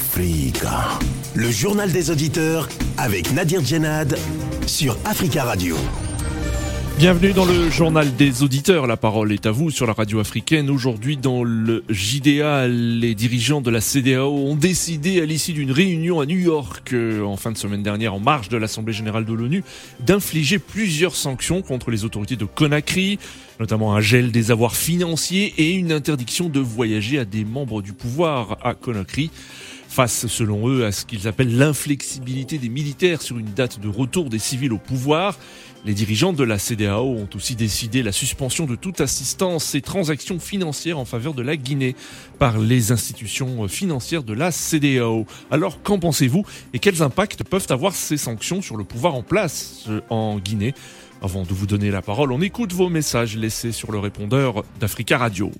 Africa. Le journal des auditeurs avec Nadir Djenad sur Africa Radio. Bienvenue dans le journal des auditeurs. La parole est à vous sur la radio africaine. Aujourd'hui, dans le JDA, les dirigeants de la CEDEAO ont décidé, à l'issue d'une réunion à New York en fin de semaine dernière, en marge de l'Assemblée générale de l'ONU, d'infliger plusieurs sanctions contre les autorités de Conakry, notamment un gel des avoirs financiers et une interdiction de voyager à des membres du pouvoir à Conakry. Face, selon eux, à ce qu'ils appellent l'inflexibilité des militaires sur une date de retour des civils au pouvoir, les dirigeants de la CEDEAO ont aussi décidé la suspension de toute assistance et transactions financières en faveur de la Guinée par les institutions financières de la CEDEAO. Alors, qu'en pensez-vous et quels impacts peuvent avoir ces sanctions sur le pouvoir en place en Guinée ? Avant de vous donner la parole, on écoute vos messages laissés sur le répondeur d'Africa Radio.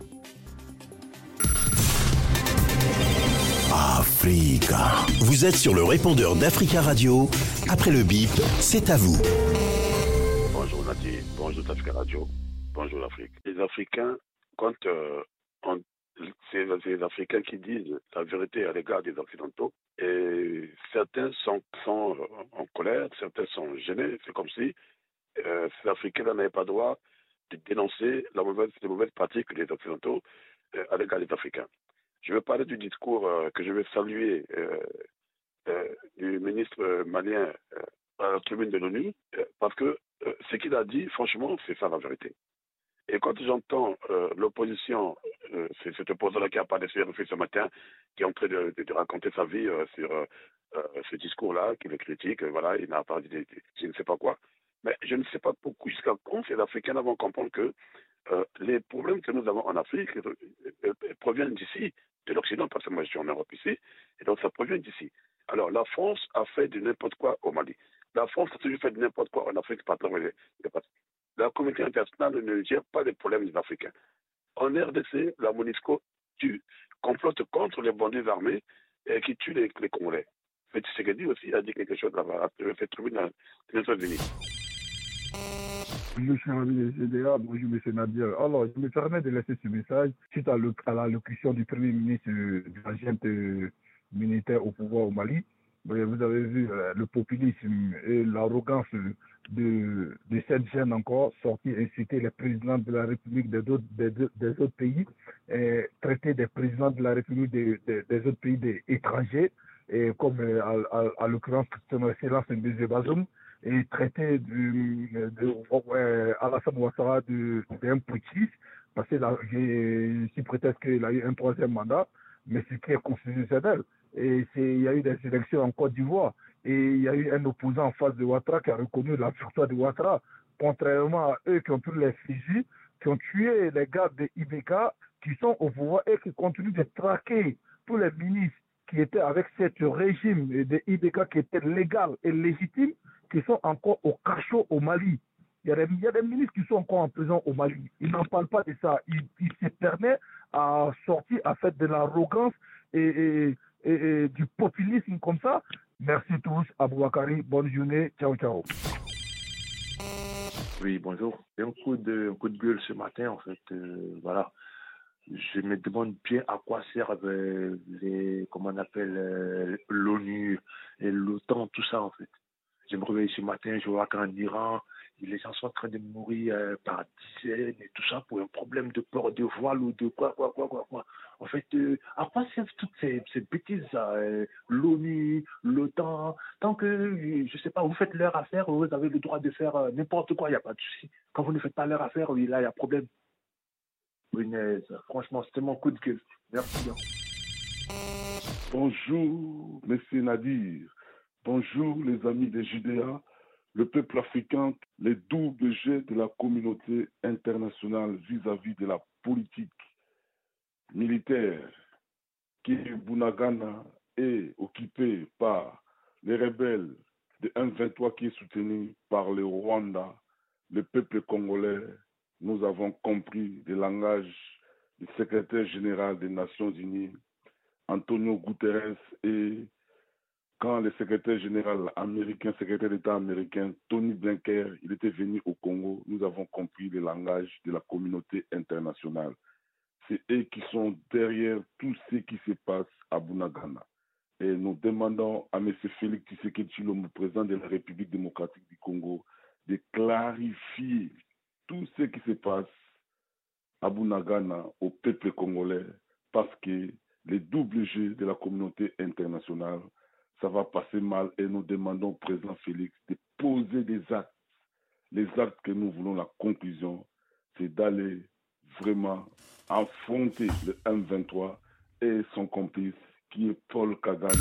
Africa. Vous êtes sur le répondeur d'Africa Radio. Après le bip, c'est à vous. Bonjour Nadir, bonjour Africa Radio, bonjour l'Afrique. Les Africains, quand c'est les Africains qui disent la vérité à l'égard des Occidentaux, et certains sont en colère, certains sont gênés. C'est comme si ces Africains n'avaient pas le droit de dénoncer les mauvaises pratiques des Occidentaux à l'égard des Africains. Je veux parler du discours que je vais saluer du ministre malien à la tribune de l'ONU, parce que ce qu'il a dit, franchement, c'est ça la vérité. Et quand j'entends l'opposition, c'est cet opposant-là qui a parlé sur RFI ce matin, qui est en train de raconter sa vie sur ce discours-là, qui le critique, voilà, il n'a pas dit je ne sais pas quoi. Mais je ne sais pas pourquoi, jusqu'à quand ces Africains vont comprendre que les problèmes que nous avons en Afrique proviennent d'ici, de l'Occident, parce que moi je suis en Europe ici, et donc ça provient d'ici. Alors la France a fait de n'importe quoi au Mali. La France a toujours fait de n'importe quoi en Afrique. La communauté internationale ne gère pas les problèmes des Africains. En RDC, la MONUSCO complote contre les bandits armés qui tuent les Congolais. Mais Tshisekedi aussi a dit quelque chose là-bas, il a fait tribune dans les Nations Unies. Je suis ami des GDA, bonjour M. Nadir. Alors, je me permets de laisser ce message suite à l'allocution du Premier ministre de la junte militaire au pouvoir au Mali. Vous avez vu le populisme et l'arrogance de cette jeune encore sortie inciter les présidents de la République des autres pays, et traiter des présidents de la République des autres pays étrangers, et comme à l'occurrence Célas Mbézé Bazoum, et traiter Alassane Ouattara d'un putschiste, parce que là, si prétexte qu'il a eu un troisième mandat, mais ce qui est constitutionnel. Et il y a eu des élections en Côte d'Ivoire, et il y a eu un opposant en face de Ouattara qui a reconnu la victoire de Ouattara, contrairement à eux qui ont pris les fusils, qui ont tué les gars de IBK, qui sont au pouvoir et qui continuent de traquer tous les ministres qui étaient avec ce régime de IBK qui était légal et légitime, qui sont encore au cachot au Mali. Il y a des ministres qui sont encore en prison au Mali. Ils n'en parlent pas de ça. Ils se permettent à sortir, à faire de l'arrogance et du populisme comme ça. Merci tous. Aboubakari, bonne journée. Ciao, ciao. Oui, bonjour. J'ai un coup de gueule ce matin, en fait. Voilà. Je me demande bien à quoi servent l'ONU et l'OTAN, tout ça, en fait. Je me réveille ce matin, je vois qu'en Iran, les gens sont en train de mourir par dizaines et tout ça pour un problème de port de voile ou de quoi. En fait, à quoi servent toutes ces bêtises, l'ONU, l'OTAN, tant que, je sais pas, vous faites leur affaire, vous avez le droit de faire n'importe quoi, il n'y a pas de souci. Quand vous ne faites pas leur affaire, oui, là, il y a problème. Franchement, c'était mon coup de gueule. Merci bien. Bonjour, Monsieur Nadir. Bonjour, les amis des JDA, le peuple africain, les doubles jets de la communauté internationale vis-à-vis de la politique militaire qui, Bunagana, est occupée par les rebelles de M23 qui est soutenu par le Rwanda, le peuple congolais. Nous avons compris le langage du secrétaire général des Nations Unies, Antonio Guterres, et quand le secrétaire général américain, secrétaire d'État américain, Tony Blinken, il était venu au Congo, nous avons compris le langage de la communauté internationale. C'est eux qui sont derrière tout ce qui se passe à Bunagana. Et nous demandons à M. Félix Tshisekedi Tshilombo, président de la République démocratique du Congo, de clarifier tout ce qui se passe à Bunagana, au peuple congolais, parce que les doubles jeux de la communauté internationale, ça va passer mal et nous demandons au président Félix de poser des actes. Les actes que nous voulons, la conclusion, c'est d'aller vraiment affronter le M23 et son complice qui est Paul Kagame.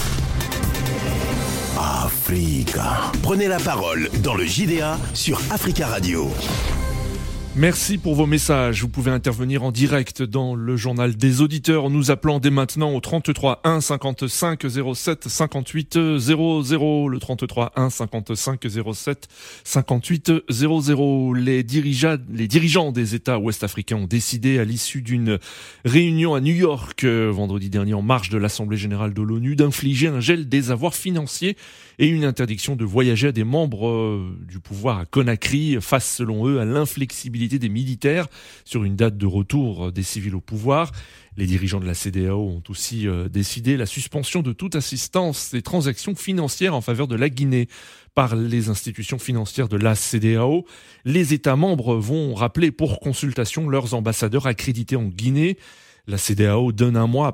Africa. Prenez la parole dans le JDA sur Africa Radio. Merci pour vos messages. Vous pouvez intervenir en direct dans le journal des auditeurs en nous appelant dès maintenant au 33 1 55 07 58 00. Le 33 1 55 07 58 00. Les dirigeants des États ouest-africains ont décidé à l'issue d'une réunion à New York vendredi dernier en marge de l'Assemblée générale de l'ONU d'infliger un gel des avoirs financiers et une interdiction de voyager à des membres du pouvoir à Conakry face selon eux à l'inflexibilité des militaires sur une date de retour des civils au pouvoir. Les dirigeants de la CEDEAO ont aussi décidé la suspension de toute assistance et transactions financières en faveur de la Guinée par les institutions financières de la CEDEAO. Les États membres vont rappeler pour consultation leurs ambassadeurs accrédités en Guinée. La CEDEAO donne un mois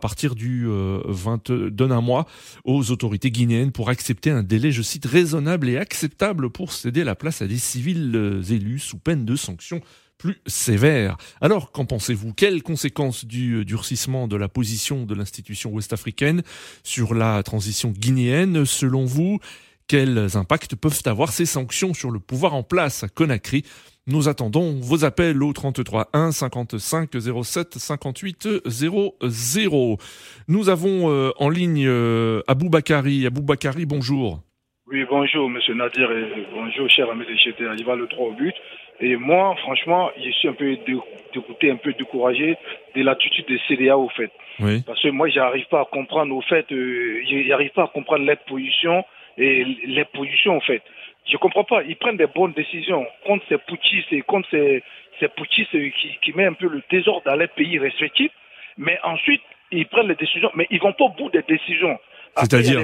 aux autorités guinéennes pour accepter un délai, je cite, raisonnable et acceptable pour céder la place à des civils élus sous peine de sanctions plus sévères. Alors, qu'en pensez-vous ? Quelles conséquences du durcissement de la position de l'institution ouest-africaine sur la transition guinéenne, selon vous ? Quels impacts peuvent avoir ces sanctions sur le pouvoir en place à Conakry ? Nous attendons vos appels au 33 1 55 07 58 00. Nous avons en ligne Aboubakari. Aboubakari, bonjour. Oui, bonjour, monsieur Nadir, et bonjour, cher ami de GT. Il va le droit au but. Et moi, franchement, je suis un peu dégoûté, un peu découragé de l'attitude des CEDEAO, au fait. Oui. Parce que moi, j'arrive pas à comprendre, au fait, j'arrive pas à comprendre les positions et les positions, en fait. Je comprends pas. Ils prennent des bonnes décisions contre ces putschistes et contre ces putschistes qui mettent un peu le désordre dans les pays respectifs. Mais ensuite, ils prennent les décisions, mais ils vont pas au bout des décisions. C'est-à-dire,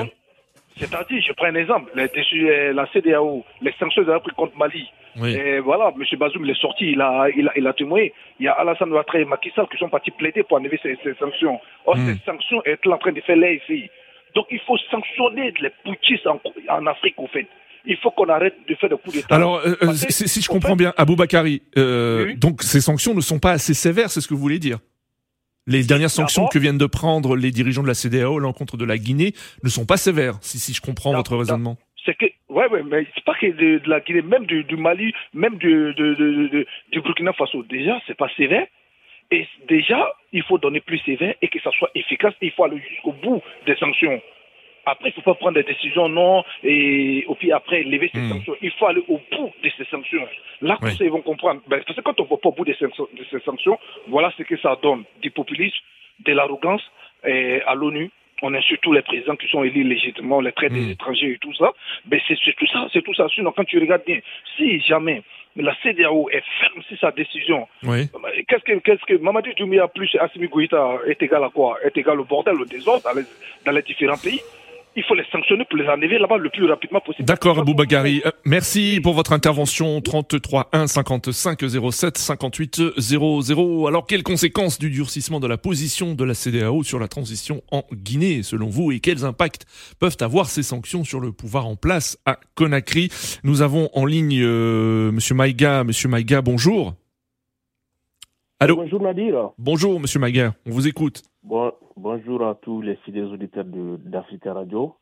je prends un exemple. La CEDEAO, les sanctions qu'ils ont prises contre Mali. Oui. Et voilà, M. Bazoum, il est sorti, il a témoigné. Il y a Alassane Ouattara et Macky Sall qui sont partis plaider pour enlever ces sanctions. Or, ces sanctions est en train de faire l'air ici. Donc, il faut sanctionner les putschistes en Afrique, au fait. Il faut qu'on arrête de faire des coups d'État. Alors, si je comprends bien, Aboubakari, oui. Donc ces sanctions ne sont pas assez sévères, c'est ce que vous voulez dire ? Les dernières sanctions que viennent de prendre les dirigeants de la CEDEAO à l'encontre de la Guinée ne sont pas sévères, si je comprends votre raisonnement. C'est que, ouais, mais c'est pas que de la Guinée, même du Mali, même du Burkina Faso. Déjà, c'est pas sévère. Et déjà, il faut donner plus sévère et que ça soit efficace. Il faut aller jusqu'au bout des sanctions. Après, il ne faut pas prendre des décisions, non, et puis après, lever ces sanctions. Il faut aller au bout de ces sanctions. Là, comme ça, ils vont comprendre. Parce que quand on ne va pas au bout de ces sanctions, voilà ce que ça donne. Du populisme, de l'arrogance à l'ONU. On insulte tous les présidents qui sont élus légitimement, les traits des étrangers et tout ça. Mais c'est tout ça. Sinon, quand tu regardes bien, si jamais la CEDEAO est ferme sur sa décision, qu'est-ce que Mamadou Doumbouya plus Assimi Goïta est égal à quoi ? Est égal au bordel, au désordre dans les différents pays. Il faut les sanctionner pour les enlever là-bas le plus rapidement possible. D'accord, Aboubakari. Merci pour votre intervention. 33 1 55 07 58 00. Alors, quelles conséquences du durcissement de la position de la CEDEAO sur la transition en Guinée, selon vous, et quels impacts peuvent avoir ces sanctions sur le pouvoir en place à Conakry ? Nous avons en ligne Monsieur Maïga. Monsieur Maïga, bonjour. Allô ? Bonjour Nadir. Bonjour Monsieur Maïga, on vous écoute. Bonjour à tous les fidèles auditeurs d'Africa Radio.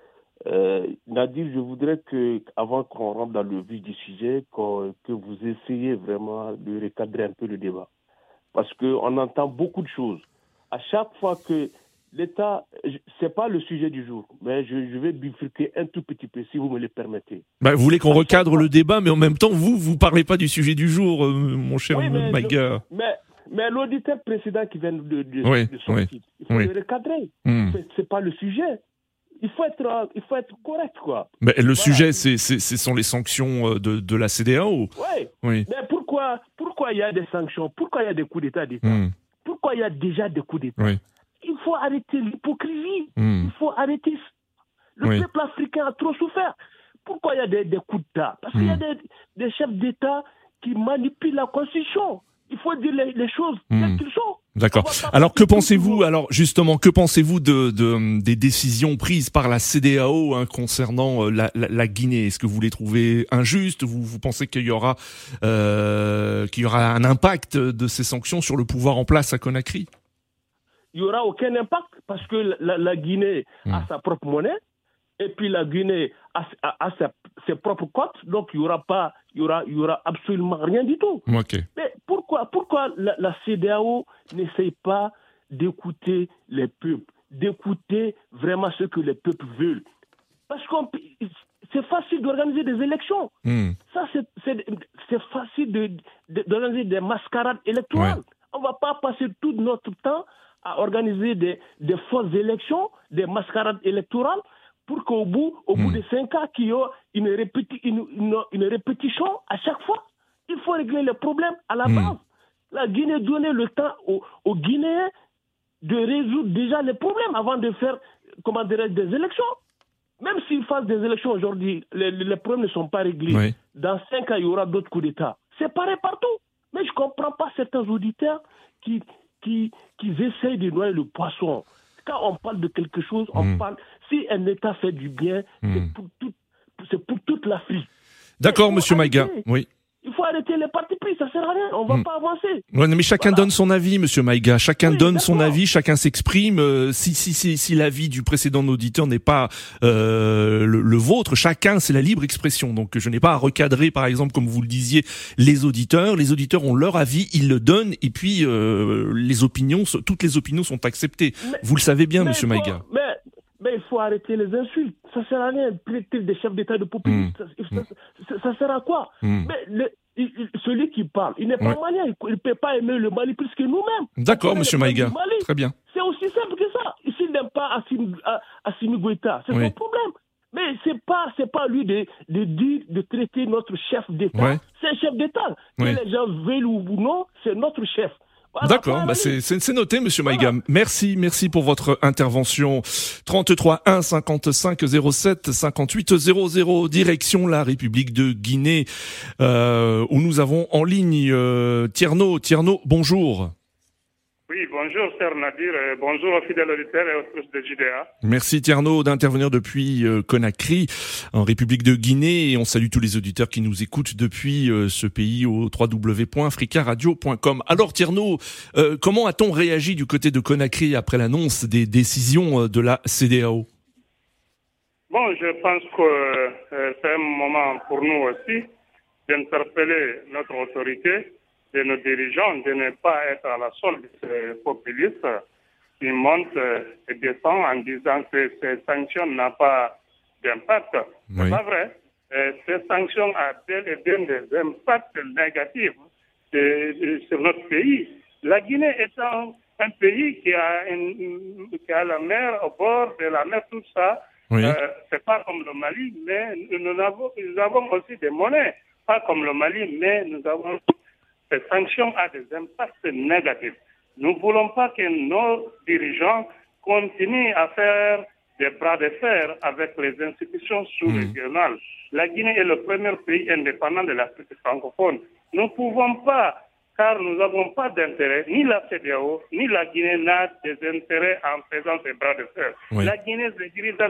Nadir, je voudrais que, avant qu'on rentre dans le vif du sujet, que vous essayiez vraiment de recadrer un peu le débat. Parce qu'on entend beaucoup de choses. À chaque fois que l'État, c'est pas le sujet du jour, mais je vais bifurquer un tout petit peu, si vous me le permettez. Vous voulez qu'on recadre le débat, mais en même temps, vous parlez pas du sujet du jour, mon cher Maïga. Mais l'auditeur précédent qui vient de sortir, il faut le recadrer. C'est pas le sujet. Il faut être correct, quoi. Mais le sujet, ce sont les sanctions de la CEDEAO. Oui. Mais pourquoi il y a des sanctions ? Pourquoi il y a des coups d'État ? Pourquoi il y a déjà des coups d'État ? Il faut arrêter l'hypocrisie. Il faut arrêter. Le peuple africain a trop souffert. Pourquoi il y a des coups d'État? Parce qu'il y a des chefs d'État qui manipulent la Constitution. Il faut dire les choses telles qu'elles sont. D'accord. Alors que pensez-vous des décisions prises par la CEDEAO concernant la Guinée? Est-ce que vous les trouvez injustes? Vous pensez qu'il y aura un impact de ces sanctions sur le pouvoir en place à Conakry? Il n'y aura aucun impact parce que la Guinée a sa propre monnaie et puis la Guinée a ses propres cotes, donc il y aura absolument rien du tout. Okay. Mais pourquoi la CEDEAO n'essaye pas d'écouter les peuples, d'écouter vraiment ce que les peuples veulent? Parce que c'est facile d'organiser des élections. Ça, c'est facile d'organiser des mascarades électorales. Ouais. On ne va pas passer tout notre temps à organiser des fausses élections, des mascarades électorales, pour qu'au bout de 5 ans, qu'il y ait une répétition à chaque fois. Il faut régler les problèmes à la base. La Guinée donnait le temps aux Guinéens de résoudre déjà les problèmes avant de faire, des élections. Même s'ils fassent des élections aujourd'hui, les problèmes ne sont pas réglés. Oui. Dans 5 ans, il y aura d'autres coups d'État. C'est pareil partout. Mais je ne comprends pas certains auditeurs qui essayent de noyer le poisson. Quand on parle de quelque chose, on parle... Si un État fait du bien, c'est pour toute l'Afrique. D'accord, Monsieur Maïga. Oui. Il faut arrêter les partis pris, ça sert à rien, on va pas avancer. Ouais, mais chacun donne son avis, Monsieur Maïga. Chacun donne son avis, chacun s'exprime. Si l'avis du précédent auditeur n'est pas le vôtre, chacun, c'est la libre expression. Donc je n'ai pas à recadrer, par exemple, comme vous le disiez, les auditeurs. Les auditeurs ont leur avis, ils le donnent, et puis toutes les opinions sont acceptées. Vous le savez bien, Monsieur Maïga. Mais il faut arrêter les insultes. Ça sert à rien. Traiter des chefs d'État de populistes, ça sert à quoi? Mais celui qui parle, il n'est pas malien. Il ne peut pas aimer le Mali plus que nous-mêmes. D'accord, Monsieur Maïga. Très bien. C'est aussi simple que ça. S'il n'aime pas Assimi Goïta, c'est son problème. Mais c'est pas lui de traiter notre chef d'État. C'est un chef d'État. Que les gens veulent ou non, c'est notre chef. Voilà, d'accord, c'est noté, Monsieur Maïga. Voilà. Merci pour votre intervention. 33 1 55 07 58 00, direction la République de Guinée, où nous avons en ligne Tierno. Tierno, bonjour. Oui, bonjour, cher Nadir. Bonjour aux fidèles auditeurs et aux tous de JDA. Merci, Tierno, d'intervenir depuis Conakry, en République de Guinée. Et on salue tous les auditeurs qui nous écoutent depuis ce pays au www.africaradio.com. Alors, Tierno, comment a-t-on réagi du côté de Conakry après l'annonce des décisions de la CEDEAO? Bon, je pense que c'est un moment pour nous aussi d'interpeller notre autorité, de nos dirigeants, de ne pas être à la solde de ces populistes qui montent et descendent en disant que ces sanctions n'ont pas d'impact. C'est pas vrai. Ces sanctions ont bel et bien des impacts négatifs sur notre pays. La Guinée étant un pays qui a la mer au bord de la mer, tout ça, c'est pas comme le Mali, mais nous avons aussi des monnaies. Pas comme le Mali, mais nous avons... Ces sanctions ont des impacts négatifs. Nous ne voulons pas que nos dirigeants continuent à faire des bras de fer avec les institutions sous-régionales. La Guinée est le premier pays indépendant de l'Afrique francophone. Nous ne pouvons pas, car nous n'avons pas d'intérêt, ni la CEDEAO, ni la Guinée n'a des intérêts en faisant ces bras de fer. La Guinée, le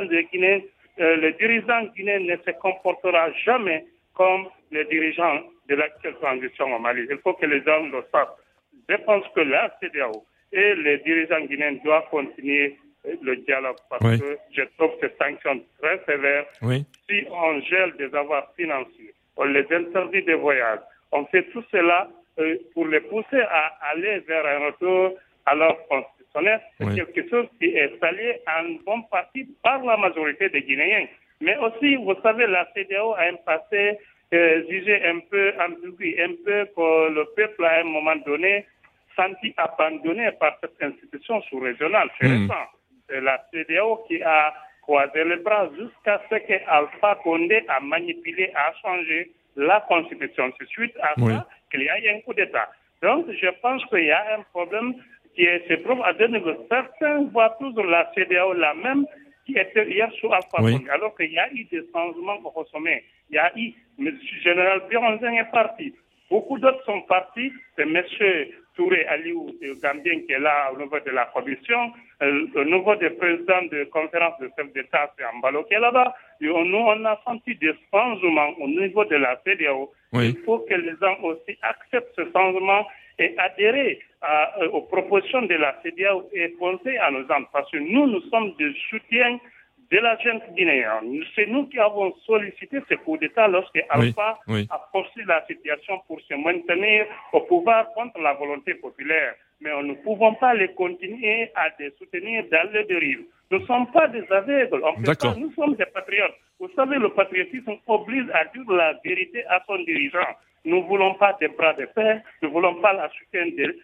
dirigeant guinéen ne se comportera jamais comme les dirigeants de l'actuelle transition au Mali. Il faut que les gens le savent. Je pense que la CEDEAO et les dirigeants guinéens doivent continuer le dialogue parce que je trouve ces sanctions très sévères. Si on gèle des avoirs financiers, on les interdit de voyage, on fait tout cela pour les pousser à aller vers un retour à l'ordre constitutionnel. C'est quelque chose qui est salué en bonne partie par la majorité des Guinéens. Mais aussi, vous savez, la CEDEAO a un passé jugé un peu ambigu, un peu que le peuple à un moment donné senti abandonné par cette institution sous-régionale. C'est récent. C'est la CEDEAO qui a croisé les bras jusqu'à ce que Alpha Condé a manipulé, a changé la constitution. C'est suite à ça qu'il y a eu un coup d'État. Donc, je pense qu'il y a un problème qui se trouve à deux niveaux. Certains voient toujours la CEDEAO la même qui était hier sous Alpha Condé, alors qu'il y a eu des changements au sommet. Il y a eu, M. Général Bironzin est parti. Beaucoup d'autres sont partis. C'est M. Touré Aliou, le Gambien, qui est là au niveau de la commission. Au niveau des présidents de conférence de chefs d'État, c'est Ambalo qui est là-bas. Et nous, on a senti des changements au niveau de la CEDEAO. Il faut que les gens aussi acceptent ce changement et adhérer aux propositions de la CEDEAO et penser à nos gens. Parce que nous sommes des soutiens de la jeune guinéenne. C'est nous qui avons sollicité ce coup d'État lorsque Alpha a forcé la situation pour se maintenir au pouvoir contre la volonté populaire. Mais nous ne pouvons pas les continuer à les soutenir dans le dérive. Nous ne sommes pas des aveugles. Nous sommes des patriotes. Vous savez, le patriotisme oblige à dire la vérité à son dirigeant. Nous ne voulons pas des bras de fer, nous ne voulons pas la soutien de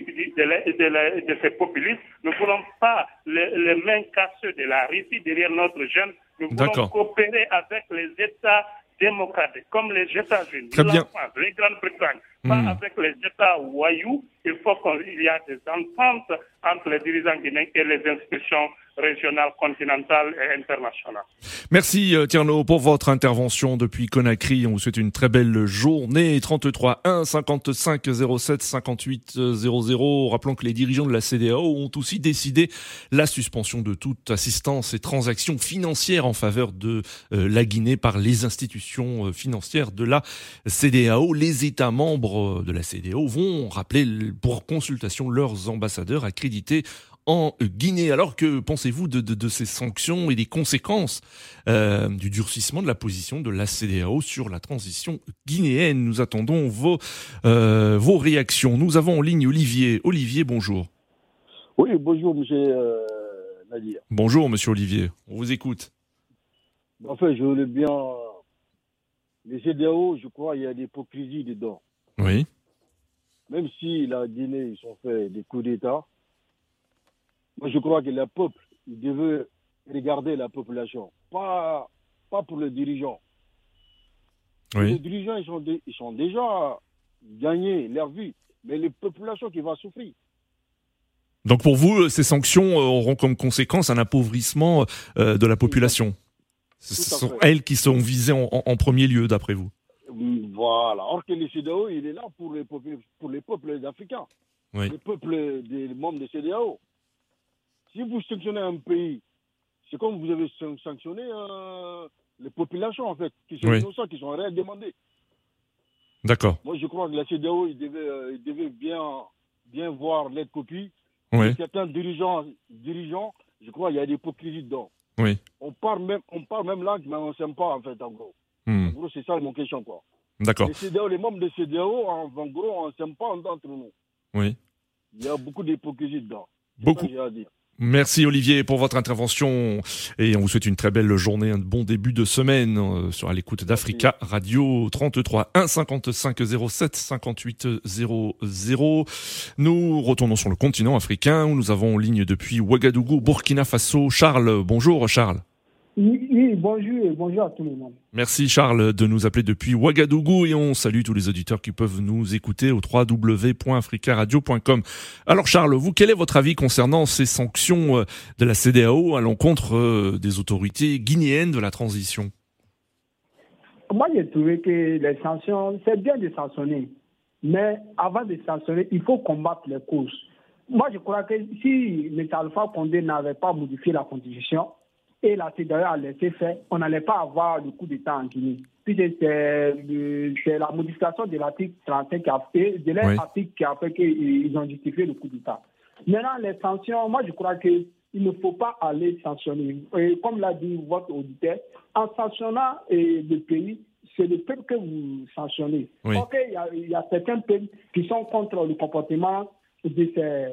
ces populistes, nous ne voulons pas les mains cassées de la Russie derrière notre jeune, nous voulons coopérer avec les États démocratiques, comme les États-Unis, la France, les Grandes-Bretagne, pas avec les États voyous. Il faut qu'il y ait des ententes entre les dirigeants guinéens et les institutions régionales, continentales et internationales. Merci Tierno pour votre intervention depuis Conakry. On vous souhaite une très belle journée. 33 1 55 07 58 00. Rappelons que les dirigeants de la CEDEAO ont aussi décidé la suspension de toute assistance et transactions financières en faveur de la Guinée par les institutions financières de la CEDEAO. Les États membres de la CEDEAO vont rappeler pour consultation leurs ambassadeurs accrédités en Guinée. Alors que pensez-vous de ces sanctions et des conséquences du durcissement de la position de la CEDEAO sur la transition guinéenne? Nous attendons vos réactions. Nous avons en ligne Olivier. Olivier, bonjour. Oui, bonjour, monsieur Nadir. Bonjour, monsieur Olivier. On vous écoute. Enfin, je voulais bien... Les CEDEAO, je crois, il y a des hypocrisies dedans. Oui. Même si la Guinée, ils ont fait des coups d'État, moi, je crois que le peuple, il devait regarder la population, pas pour les dirigeants. Oui. Les dirigeants, ils sont déjà gagnés leur vie, mais les populations qui vont souffrir. Donc pour vous, ces sanctions auront comme conséquence un appauvrissement de la population. Ce sont elles qui sont visées en premier lieu, d'après vous. Voilà. Or que le CEDEAO, il est là pour les peuples africains, les peuples des membres de CEDEAO. Si vous sanctionnez un pays, c'est comme vous avez sanctionné les populations, en fait, qui sont innocents, qui sont rien demandés. D'accord. Moi, je crois que la CEDEAO, il devait bien voir les copies. Oui. Certains dirigeants, je crois qu'il y a des hypocrisies dedans. Oui. On parle même langue, mais on ne s'aime pas, en fait, en gros. En gros, c'est ça mon question, quoi. D'accord. Les membres de CEDEAO, en gros, on ne s'aime pas entre nous. Oui. Il y a beaucoup d'hypocrisie dedans. Beaucoup. C'est ça que j'ai à dire. Merci Olivier pour votre intervention et on vous souhaite une très belle journée, un bon début de semaine sur à l'écoute d'Africa Radio. 33 1 55 07 58 00. Nous retournons sur le continent africain où nous avons en ligne depuis Ouagadougou, Burkina Faso. Charles, bonjour Charles. Oui, bonjour à tout le monde. Merci Charles de nous appeler depuis Ouagadougou et on salue tous les auditeurs qui peuvent nous écouter au www.africaradio.com. Alors Charles, vous, quel est votre avis concernant ces sanctions de la CEDEAO à l'encontre des autorités guinéennes de la transition? Moi, j'ai trouvé que les sanctions, c'est bien de sanctionner, mais avant de sanctionner, il faut combattre les causes. Moi, je crois que si M. Alpha Condé n'avait pas modifié la constitution, et la CEDEAO a laissé faire, on n'allait pas avoir le coup d'État en Guinée. Puisque c'est la modification de l'article 35 qui a fait, l'article qui a fait qu'ils ont justifié le coup d'État. Maintenant, les sanctions, moi je crois qu'il ne faut pas aller sanctionner. Et comme l'a dit votre auditeur, en sanctionnant le pays, c'est le peuple que vous sanctionnez. Oui. Ok, il y a certains peuples qui sont contre le comportement de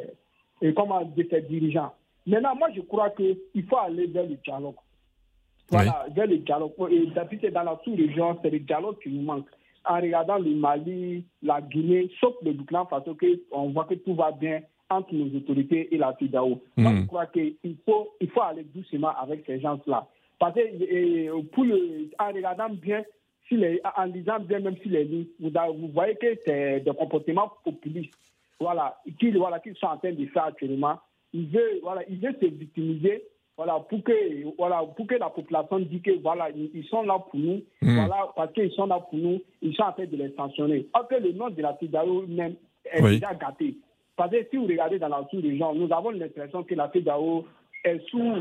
ces dirigeants. Maintenant, moi, je crois qu'il faut aller vers le dialogue. Voilà, vers le dialogue. Et depuis, c'est dans la sous-région, c'est le dialogue qui nous manque. En regardant le Mali, la Guinée, sauf le Burkina Faso, on voit que tout va bien entre nos autorités et la CEDEAO. Moi, je crois qu'il faut aller doucement avec ces gens-là. Parce que, en regardant bien, en lisant bien, même si les lignes, vous voyez que c'est des comportements populistes. qu'ils sont en train de faire actuellement. Il veut se victimiser pour que la population dise que ils sont là pour nous, parce qu'ils sont là pour nous, ils sont en train de les sanctionner. Alors que le nom de la CEDEAO même est déjà gâté. Parce que si vous regardez dans la sous-région, nous avons l'impression que la CEDEAO est sous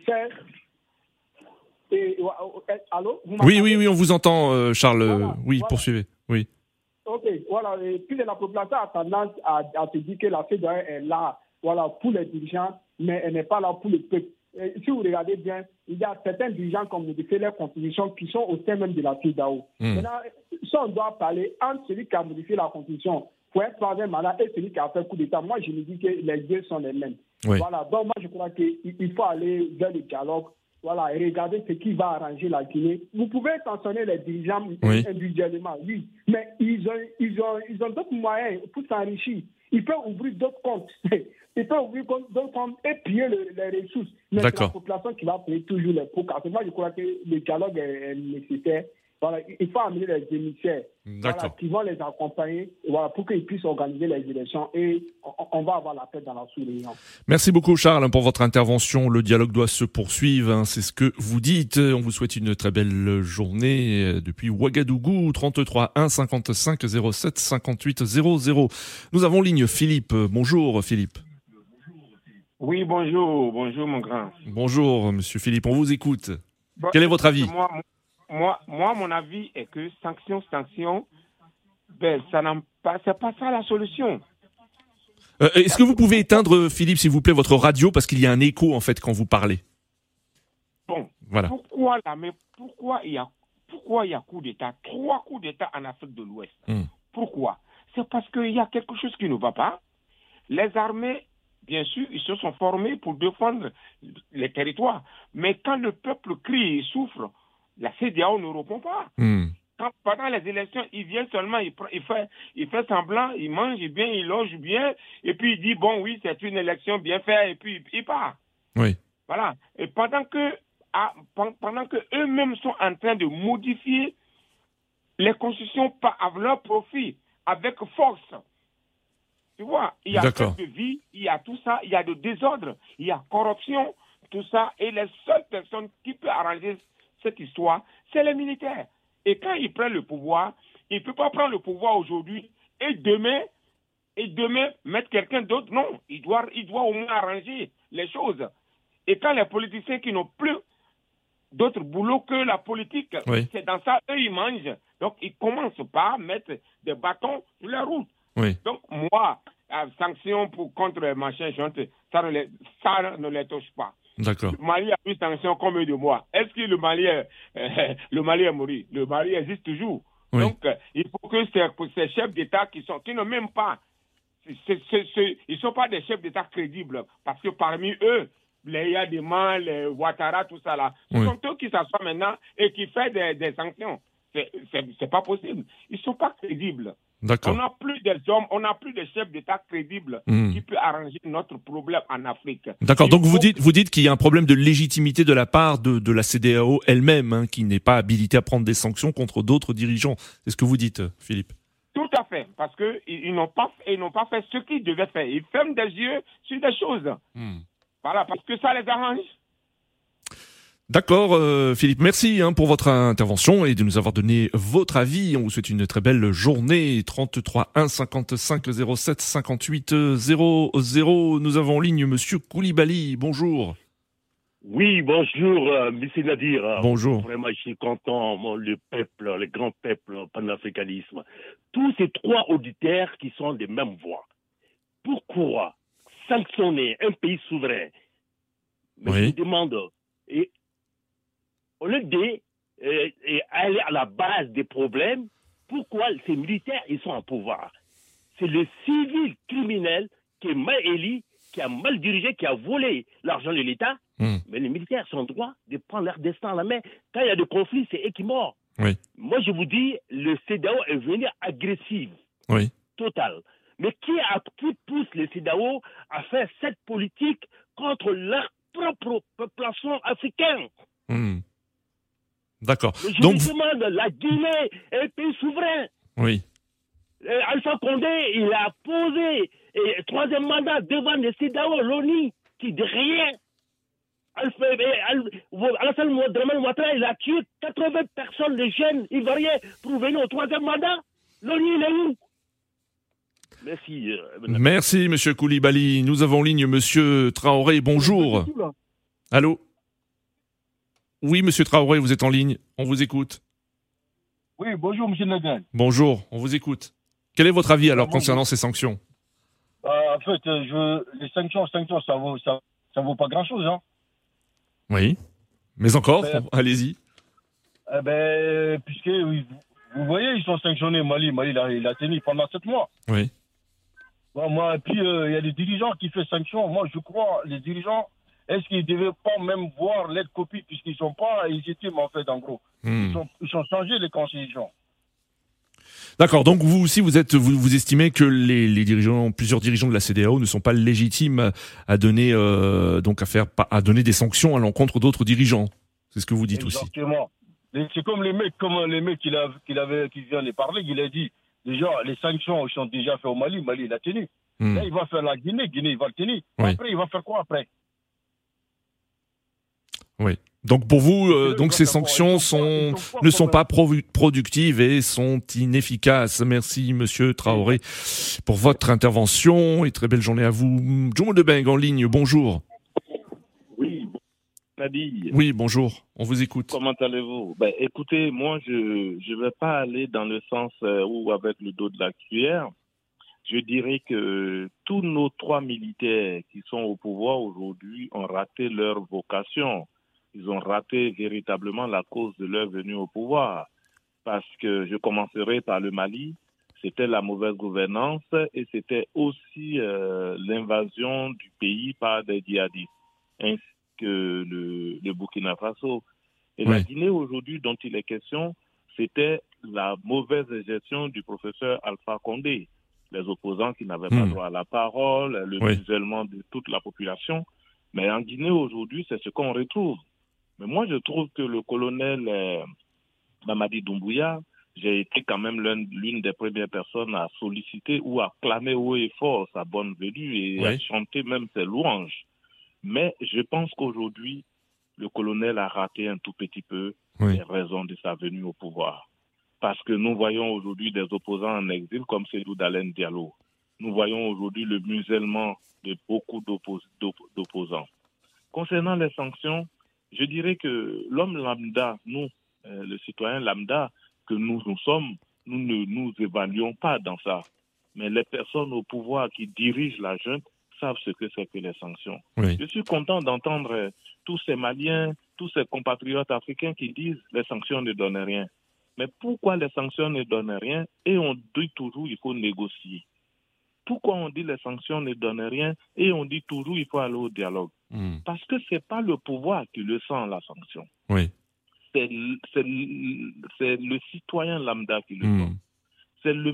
allô? Oui, on vous entend, Charles. Poursuivez. Oui. Ok, et puis la population a tendance à se dire que la CEDEAO est là, pour les dirigeants, mais elle n'est pas là pour le peuple. Si vous regardez bien, il y a certains dirigeants qui ont modifié leur constitution qui sont au sein même de la CEDEAO. Maintenant, si on doit parler entre celui qui a modifié la constitution pour un troisième mandat et celui qui a fait coup d'État, moi je me dis que les deux sont les mêmes. Donc moi je crois qu'il faut aller vers le dialogue, et regarder ce qui va arranger la Guinée. Vous pouvez sanctionner les dirigeants individuellement, oui, mais ils ont d'autres moyens pour s'enrichir. Ils peuvent ouvrir d'autres comptes. Ils peuvent ouvrir d'autres comptes et piller les ressources. Mais c'est la population qui va payer toujours les pots cassés. Moi, je crois que le dialogue est nécessaire. Il faut amener les émissaires qui vont les accompagner pour qu'ils puissent organiser les élections et on va avoir la paix dans la sous-région. Merci beaucoup Charles pour votre intervention. Le dialogue doit se poursuivre, c'est ce que vous dites. On vous souhaite une très belle journée depuis Ouagadougou, 33 1 55 07 58 00. Nous avons ligne Philippe. Bonjour Philippe. Oui, bonjour mon grand. Bonjour monsieur Philippe, on vous écoute. Quel est votre avis? Moi, mon avis est que sanction, c'est pas ça la solution. Est-ce que vous pouvez éteindre, Philippe, s'il vous plaît, votre radio parce qu'il y a un écho en fait quand vous parlez? Bon, voilà. Pourquoi il y a coup d'État, 3 coups d'État en Afrique de l'Ouest? Pourquoi? C'est parce qu'il y a quelque chose qui ne va pas. Les armées, bien sûr, ils se sont formés pour défendre les territoires, mais quand le peuple crie et souffre, la CEDEAO ne répond pas. Quand, pendant les élections, il vient seulement, il fait semblant, il mange bien, il loge bien, et puis il dit, bon, oui, c'est une élection bien faite, et puis il part. Oui. Voilà. Et pendant que eux-mêmes sont en train de modifier les constitutions à leur profit, avec force. Tu vois, il y a perte de vie, il y a tout ça, il y a de désordre, il y a corruption, tout ça, et les seules personnes qui peuvent arranger cette histoire, c'est les militaires. Et quand ils prennent le pouvoir, ils ne peuvent pas prendre le pouvoir aujourd'hui et demain mettre quelqu'un d'autre. Non, il doit au moins arranger les choses. Et quand les politiciens qui n'ont plus d'autre boulot que la politique, c'est dans ça, eux, ils mangent. Donc, ils commencent par mettre des bâtons sur les routes. Donc, moi, sanction contre les machins, ça ne les touche pas. D'accord. Le Mali a eu sanction combien de mois? Est-ce que le Mali est mort? Le Mali existe toujours. Donc, il faut que ces chefs d'État qui n'ont même pas, ils ne sont pas des chefs d'État crédibles, parce que parmi eux, les Yadema, les Ouattara, tout ça là, ce sont eux qui s'assoient maintenant et qui font des sanctions. C'est pas possible. Ils ne sont pas crédibles. D'accord. On n'a plus des hommes, on n'a plus de chefs d'État crédibles qui peuvent arranger notre problème en Afrique. D'accord. Donc vous dites qu'il y a un problème de légitimité de la part de la CEDEAO elle-même, qui n'est pas habilitée à prendre des sanctions contre d'autres dirigeants. C'est ce que vous dites, Philippe. Tout à fait, parce que ils n'ont pas fait ce qu'ils devaient faire. Ils ferment des yeux sur des choses. Voilà, parce que ça les arrange. D'accord, Philippe, merci pour votre intervention et de nous avoir donné votre avis. On vous souhaite une très belle journée. 33 1 55 07 58 00. Nous avons en ligne Monsieur Koulibaly. Bonjour. Oui, bonjour, M. Nadir. Bonjour. Vraiment, je suis content, le peuple, le grand peuple, le panafricanisme. Tous ces 3 auditeurs qui sont des mêmes voix. Pourquoi sanctionner un pays souverain? Mais je me demande, au lieu d'aller à la base des problèmes, pourquoi ces militaires ils sont en pouvoir? C'est le civil criminel qui est mal élu, qui a mal dirigé, qui a volé l'argent de l'État. Mais les militaires sont droits de prendre leur destin à la main. Quand il y a des conflits, c'est eux qui meurent. Moi, je vous dis, le CEDEAO est venu agressif, total. Mais qui pousse le CEDEAO à faire cette politique contre leur propre population africaine? D'accord. Donc, je me demande, la Guinée est un pays souverain. Oui. Alpha Condé, il a posé troisième mandat devant le CEDEAO, l'ONU, qui dit rien. Alassane Dramane Ouattara, il a tué 80 personnes, de jeunes ivoiriens, pour venir au troisième mandat. L'ONU, il est où? Merci. Merci, monsieur Koulibaly. Nous avons en ligne monsieur Traoré. Bonjour. Allô? Oui, monsieur Traoré, vous êtes en ligne. On vous écoute. Oui, bonjour, monsieur Nagan. Bonjour, on vous écoute. Quel est votre avis alors concernant ces sanctions? En fait, les sanctions, ça vaut pas grand-chose, hein. Oui, mais encore, allez-y. Puisque, oui, vous voyez, ils sont sanctionnés. Mali, il a tenu pendant 7 mois. Oui. Bon, et puis, il y a des dirigeants qui font sanctions. Moi, je crois, les dirigeants, est-ce qu'ils ne devaient pas même voir l'aide copie, puisqu'ils ne sont pas légitimes, en fait, en gros. Ils ont changé les constitutions. D'accord, donc vous aussi, vous estimez que plusieurs dirigeants de la CEDEAO ne sont pas légitimes à donner, à donner des sanctions à l'encontre d'autres dirigeants. C'est ce que vous dites aussi. Exactement. C'est comme les mecs qui viennent de parler, il a dit, déjà, les sanctions sont déjà faites au Mali, il a tenu. Là, il va faire la Guinée, il va le tenir. Oui. Après, il va faire quoi après? Oui. Donc pour vous, ces sanctions ne sont pas productives et sont inefficaces. Merci monsieur Traoré pour votre intervention et très belle journée à vous. Jomo Debeng en ligne, bonjour. Oui, Nadir. Oui, bonjour, on vous écoute. Comment allez-vous? Écoutez, moi je vais pas aller dans le sens où avec le dos de la cuillère. Je dirais que tous nos 3 militaires qui sont au pouvoir aujourd'hui ont raté leur vocation. Ils ont raté véritablement la cause de leur venue au pouvoir. Parce que je commencerai par le Mali, c'était la mauvaise gouvernance et c'était aussi l'invasion du pays par des djihadistes, ainsi que le Burkina Faso. Et la Guinée aujourd'hui dont il est question, c'était la mauvaise gestion du professeur Alpha Condé. Les opposants qui n'avaient pas droit à la parole, le musellement de toute la population. Mais en Guinée aujourd'hui, c'est ce qu'on retrouve. Mais moi, je trouve que le colonel Mamadi Doumbouya, j'ai été quand même l'une des premières personnes à solliciter ou à clamer haut et fort sa bonne venue et à chanter même ses louanges. Mais je pense qu'aujourd'hui, le colonel a raté un tout petit peu les raisons de sa venue au pouvoir. Parce que nous voyons aujourd'hui des opposants en exil comme Seydou Dalein Diallo. Nous voyons aujourd'hui le musellement de beaucoup d'opposants. Concernant les sanctions, je dirais que l'homme lambda, nous, le citoyen lambda que nous sommes, nous ne nous évaluons pas dans ça. Mais les personnes au pouvoir qui dirigent la junte savent ce que c'est que les sanctions. Je suis content d'entendre tous ces Maliens, tous ces compatriotes africains qui disent les sanctions ne donnent rien. Mais pourquoi les sanctions ne donnent rien et on dit toujours il faut négocier? Pourquoi on dit les sanctions ne donnent rien et on dit toujours il faut aller au dialogue? Parce que ce n'est pas le pouvoir qui le sent, la sanction. C'est le citoyen lambda qui le sent. C'est le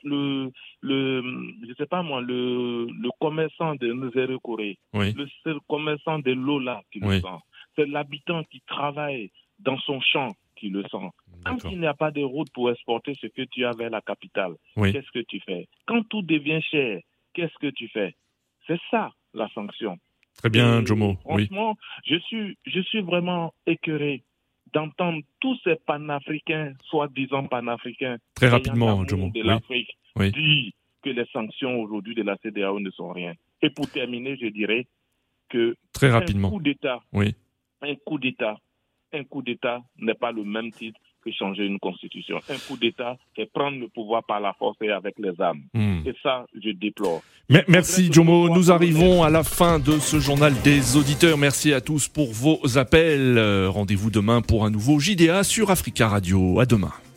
commerçant de Nzéré-Corée, le commerçant de Lola qui le sent. C'est l'habitant qui travaille dans son champ qui le sent. Quand il n'y a pas de route pour exporter ce que tu as vers la capitale, qu'est-ce que tu fais? Quand tout devient cher, qu'est-ce que tu fais? C'est ça, la sanction. Très bien, Jomo. Franchement, je suis vraiment écœuré d'entendre tous ces panafricains, soi-disant panafricains, très rapidement, Jomo, de l'Afrique, dire que les sanctions aujourd'hui de la CEDEAO ne sont rien. Et pour terminer, je dirais que très rapidement. Un coup d'État n'est pas le même titre que changer une constitution. Un coup d'État, c'est prendre le pouvoir par la force et avec les armes. Et ça, je déplore. Merci Jomo. Nous arrivons à la fin de ce journal des auditeurs. Merci à tous pour vos appels. Rendez-vous demain pour un nouveau JDA sur Africa Radio. À demain.